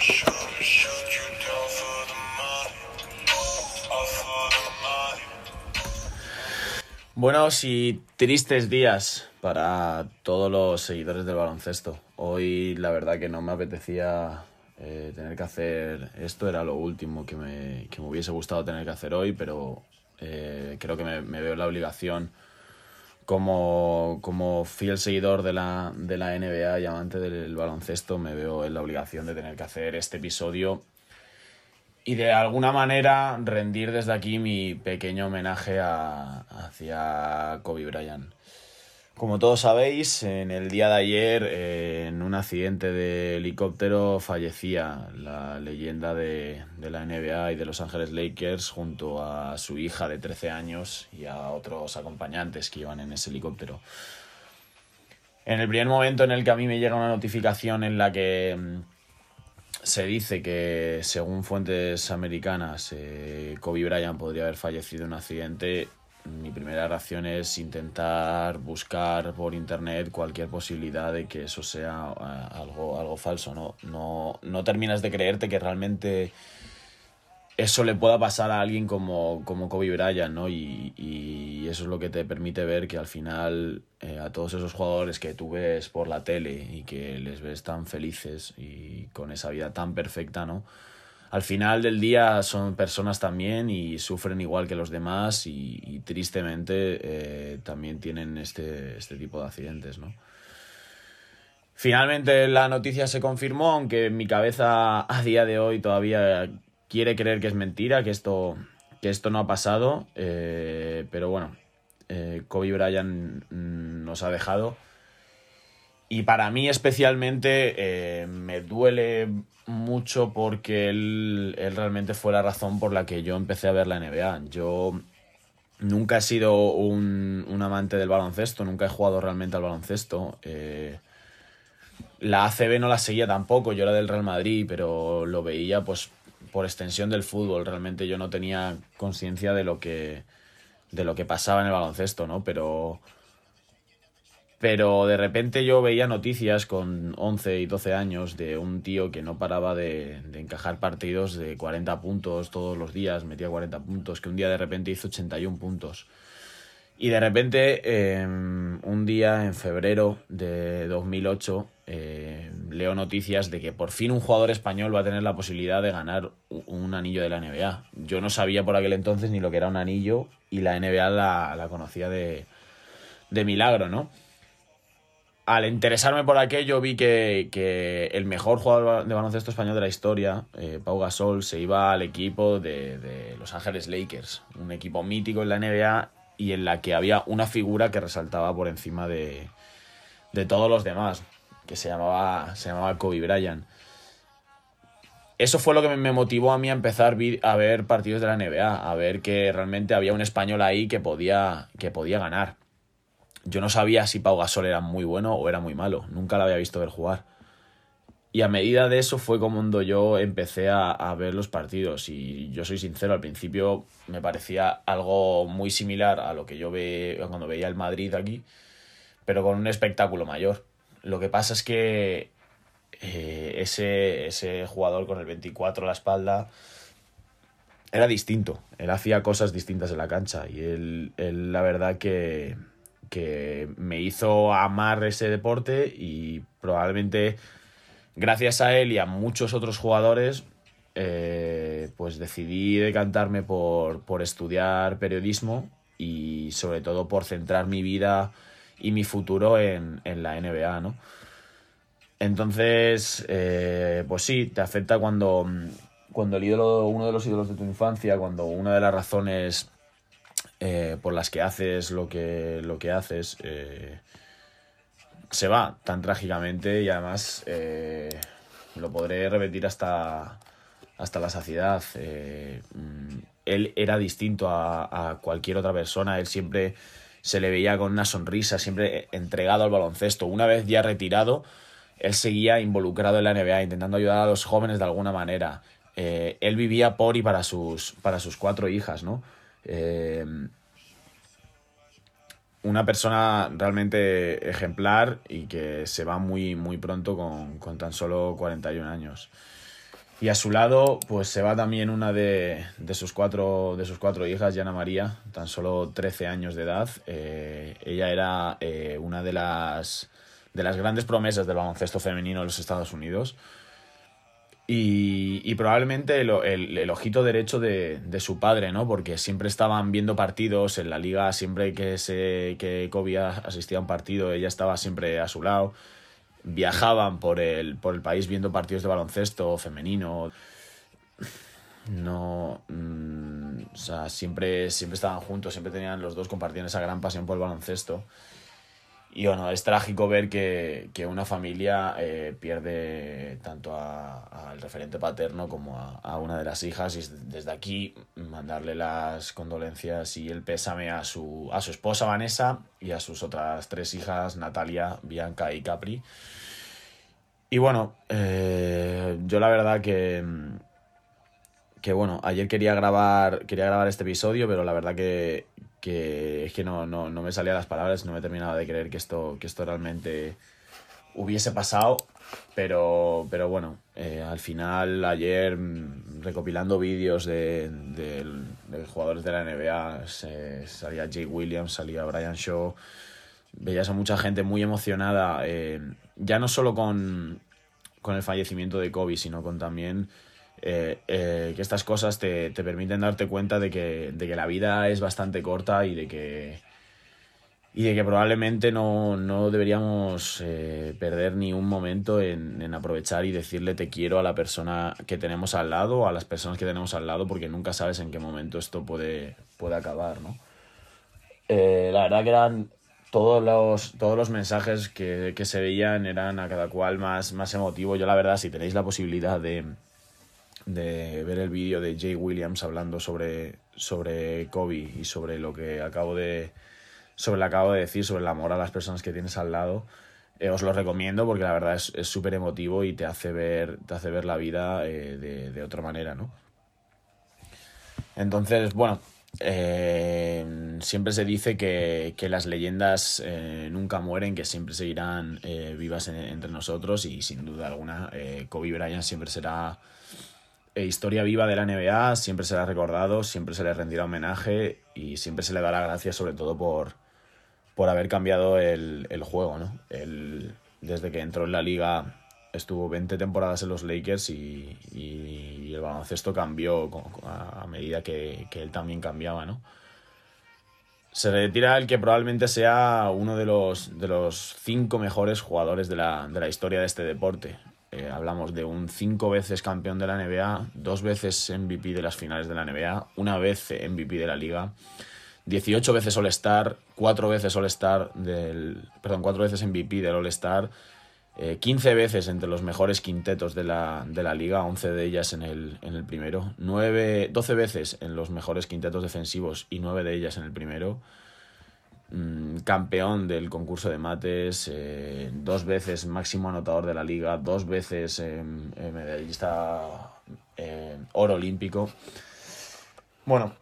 Buenos y tristes días para todos los seguidores del baloncesto. Hoy la verdad que no me apetecía tener que hacer esto, era lo último que me hubiese gustado tener que hacer hoy, pero creo que me veo en la obligación como fiel seguidor de la NBA y amante del baloncesto, me veo en la obligación de tener que hacer este episodio y de alguna manera rendir desde aquí mi pequeño homenaje hacia Kobe Bryant. Como todos sabéis, en el día de ayer, en un accidente de helicóptero, fallecía la leyenda de la NBA y de Los Ángeles Lakers junto a su hija de 13 años y a otros acompañantes que iban en ese helicóptero. En el primer momento en el que a mí me llega una notificación en la que se dice que, según fuentes americanas, Kobe Bryant podría haber fallecido en un accidente, mi primera reacción es intentar buscar por internet cualquier posibilidad de que eso sea algo falso, ¿no? No terminas de creerte que realmente eso le pueda pasar a alguien como Kobe Bryant, ¿no? Y eso es lo que te permite ver que al final a todos esos jugadores que tú ves por la tele y que les ves tan felices y con esa vida tan perfecta, ¿no? Al final del día son personas también y sufren igual que los demás y tristemente también tienen este tipo de accidentes, ¿no? Finalmente la noticia se confirmó, aunque en mi cabeza a día de hoy todavía quiere creer que es mentira, que esto no ha pasado, pero bueno, Kobe Bryant nos ha dejado. Y para mí especialmente me duele mucho porque él realmente fue la razón por la que yo empecé a ver la NBA. Yo nunca he sido un amante del baloncesto, nunca he jugado realmente al baloncesto. La ACB no la seguía tampoco, yo era del Real Madrid, pero lo veía pues por extensión del fútbol. Realmente yo no tenía conciencia de lo que pasaba en el baloncesto, ¿no? Pero de repente yo veía noticias con 11 y 12 años de un tío que no paraba de encajar partidos de 40 puntos todos los días, metía 40 puntos, que un día de repente hizo 81 puntos. Y de repente, un día en febrero de 2008, leo noticias de que por fin un jugador español va a tener la posibilidad de ganar un anillo de la NBA. Yo no sabía por aquel entonces ni lo que era un anillo y la NBA la conocía de milagro, ¿no? Al interesarme por aquello vi que el mejor jugador de baloncesto español de la historia, Pau Gasol, se iba al equipo de Los Ángeles Lakers, un equipo mítico en la NBA y en la que había una figura que resaltaba por encima de todos los demás, que se llamaba Kobe Bryant. Eso fue lo que me motivó a mí a empezar a ver partidos de la NBA, a ver que realmente había un español ahí que podía ganar. Yo no sabía si Pau Gasol era muy bueno o era muy malo. Nunca lo había visto ver jugar. Y a medida de eso fue cuando yo empecé a ver los partidos. Y yo soy sincero, al principio me parecía algo muy similar a lo que yo veía cuando veía el Madrid aquí, pero con un espectáculo mayor. Lo que pasa es que ese jugador con el 24 a la espalda era distinto. Él hacía cosas distintas en la cancha. Y él la verdad que me hizo amar ese deporte y probablemente gracias a él y a muchos otros jugadores pues decidí decantarme por estudiar periodismo y sobre todo por centrar mi vida y mi futuro en la NBA, ¿no? Entonces, pues sí, te afecta cuando el ídolo, uno de los ídolos de tu infancia, cuando una de las razones por las que haces lo que haces se va tan trágicamente y además lo podré repetir hasta la saciedad. Él era distinto a cualquier otra persona, él siempre se le veía con una sonrisa, siempre entregado al baloncesto. Una vez ya retirado, él seguía involucrado en la NBA, intentando ayudar a los jóvenes de alguna manera. Él vivía por y para sus 4 hijas, ¿no? Una persona realmente ejemplar y que se va muy, muy pronto con tan solo 41 años. Y a su lado, pues se va también una de sus cuatro hijas, Yana María, tan solo 13 años de edad. Ella era una de las grandes promesas del baloncesto femenino en los Estados Unidos. Y probablemente el ojito derecho de su padre, ¿no? Porque siempre estaban viendo partidos en la liga, siempre que Kobe asistía a un partido, ella estaba siempre a su lado. Viajaban por el país viendo partidos de baloncesto femenino. No, o sea, siempre estaban juntos, siempre tenían los dos, compartían esa gran pasión por el baloncesto. Y bueno, es trágico ver que una familia pierde tanto al referente paterno como a una de las hijas. Y desde aquí mandarle las condolencias y el pésame a su esposa Vanessa y a sus otras 3 hijas, Natalia, Bianca y Capri. Y bueno, yo la verdad que bueno, ayer quería grabar este episodio, pero la verdad que es que no me salían las palabras, no me terminaba de creer que esto realmente hubiese pasado. Pero bueno, al final ayer, recopilando vídeos de jugadores de la NBA, salía Jake Williams, salía Brian Shaw, veías a mucha gente muy emocionada, ya no solo con el fallecimiento de Kobe, sino con también que estas cosas te permiten darte cuenta de que la vida es bastante corta y de que probablemente no deberíamos perder ni un momento en aprovechar y decirle te quiero a la persona que tenemos al lado, o a las personas que tenemos al lado, porque nunca sabes en qué momento esto puede acabar, ¿no? La verdad que eran todos los mensajes que se veían eran a cada cual más emotivo. Yo la verdad, si tenéis la posibilidad de ver el vídeo de Jay Williams hablando sobre Kobe y sobre lo que acabo de decir, sobre el amor a las personas que tienes al lado, os lo recomiendo porque la verdad es súper emotivo y te hace ver la vida de otra manera, ¿no? Entonces, bueno, siempre se dice que las leyendas nunca mueren, que siempre seguirán vivas entre nosotros, y sin duda alguna Kobe Bryant siempre será historia viva de la NBA, siempre será recordado, siempre se le rendirá homenaje y siempre se le dará gracias, sobre todo por haber cambiado el juego, ¿no? Desde que entró en la liga estuvo 20 temporadas en los Lakers y el baloncesto cambió a medida que él también cambiaba, ¿no? Se retira el que probablemente sea uno de los 5 mejores jugadores de la historia de este deporte. Hablamos de un 5 veces campeón de la NBA, 2 veces MVP de las finales de la NBA, 1 vez MVP de la liga, 18 veces All-Star, 4 veces All-Star 4 veces MVP del All-Star, 15 veces entre los mejores quintetos de la liga, 11 de ellas en el primero, 12 veces en los mejores quintetos defensivos y 9 de ellas en el primero, campeón del concurso de mates, 2 veces máximo anotador de la liga, 2 veces medallista oro olímpico. Bueno,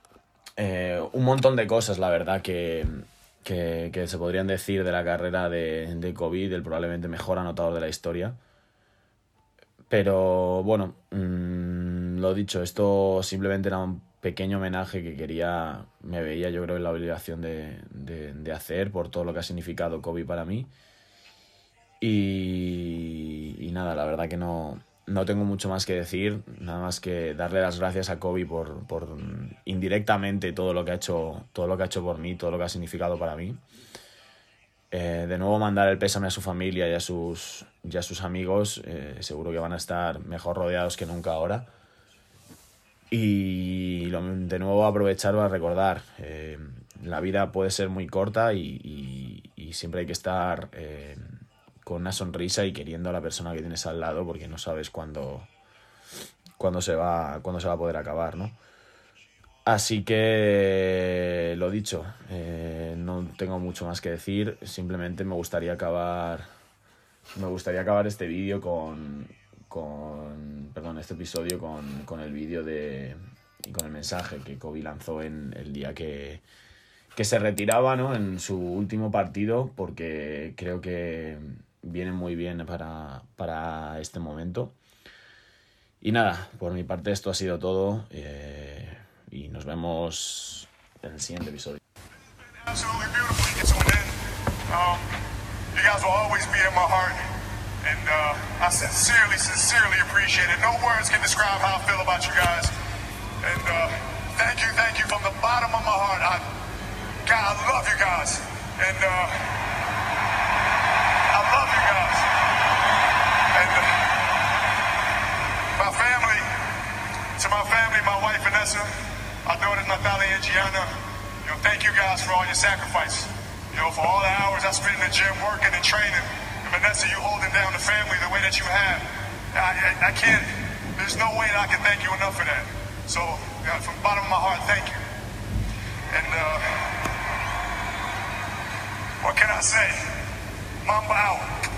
un montón de cosas, la verdad, que se podrían decir de la carrera de Kobe, del probablemente mejor anotador de la historia. Pero bueno, lo dicho, esto simplemente era un pequeño homenaje que me veía yo creo en la obligación de hacer por todo lo que ha significado Kobe para mí. Y nada, la verdad que no tengo mucho más que decir, nada más que darle las gracias a Kobe por indirectamente todo lo que ha hecho por mí, todo lo que ha significado para mí. De nuevo mandar el pésame a su familia y a sus amigos, seguro que van a estar mejor rodeados que nunca ahora. Y de nuevo aprovechar para recordar, la vida puede ser muy corta y siempre hay que estar con una sonrisa y queriendo a la persona que tienes al lado, porque no sabes cuándo se va a poder acabar, ¿no? Así que, lo dicho, no tengo mucho más que decir, simplemente me gustaría acabar este vídeo este episodio con el vídeo y con el mensaje que Kobe lanzó en el día que se retiraba, ¿no? En su último partido, porque creo que viene muy bien para este momento. Y nada, por mi parte esto ha sido todo y nos vemos en el siguiente episodio. You guys will always be in my heart, and I sincerely appreciate it. No words can describe how I feel about you guys, and thank you from the bottom of my heart. God, I love you guys, and I love you guys, and my family, my wife Vanessa, my daughters Natalia and Gianna, thank you guys for all your sacrifice. For all the hours I spent in the gym working and training. And Vanessa, you holding down the family the way that you have. I can't, there's no way that I can thank you enough for that. So, from the bottom of my heart, thank you. And, what can I say? Mamba out.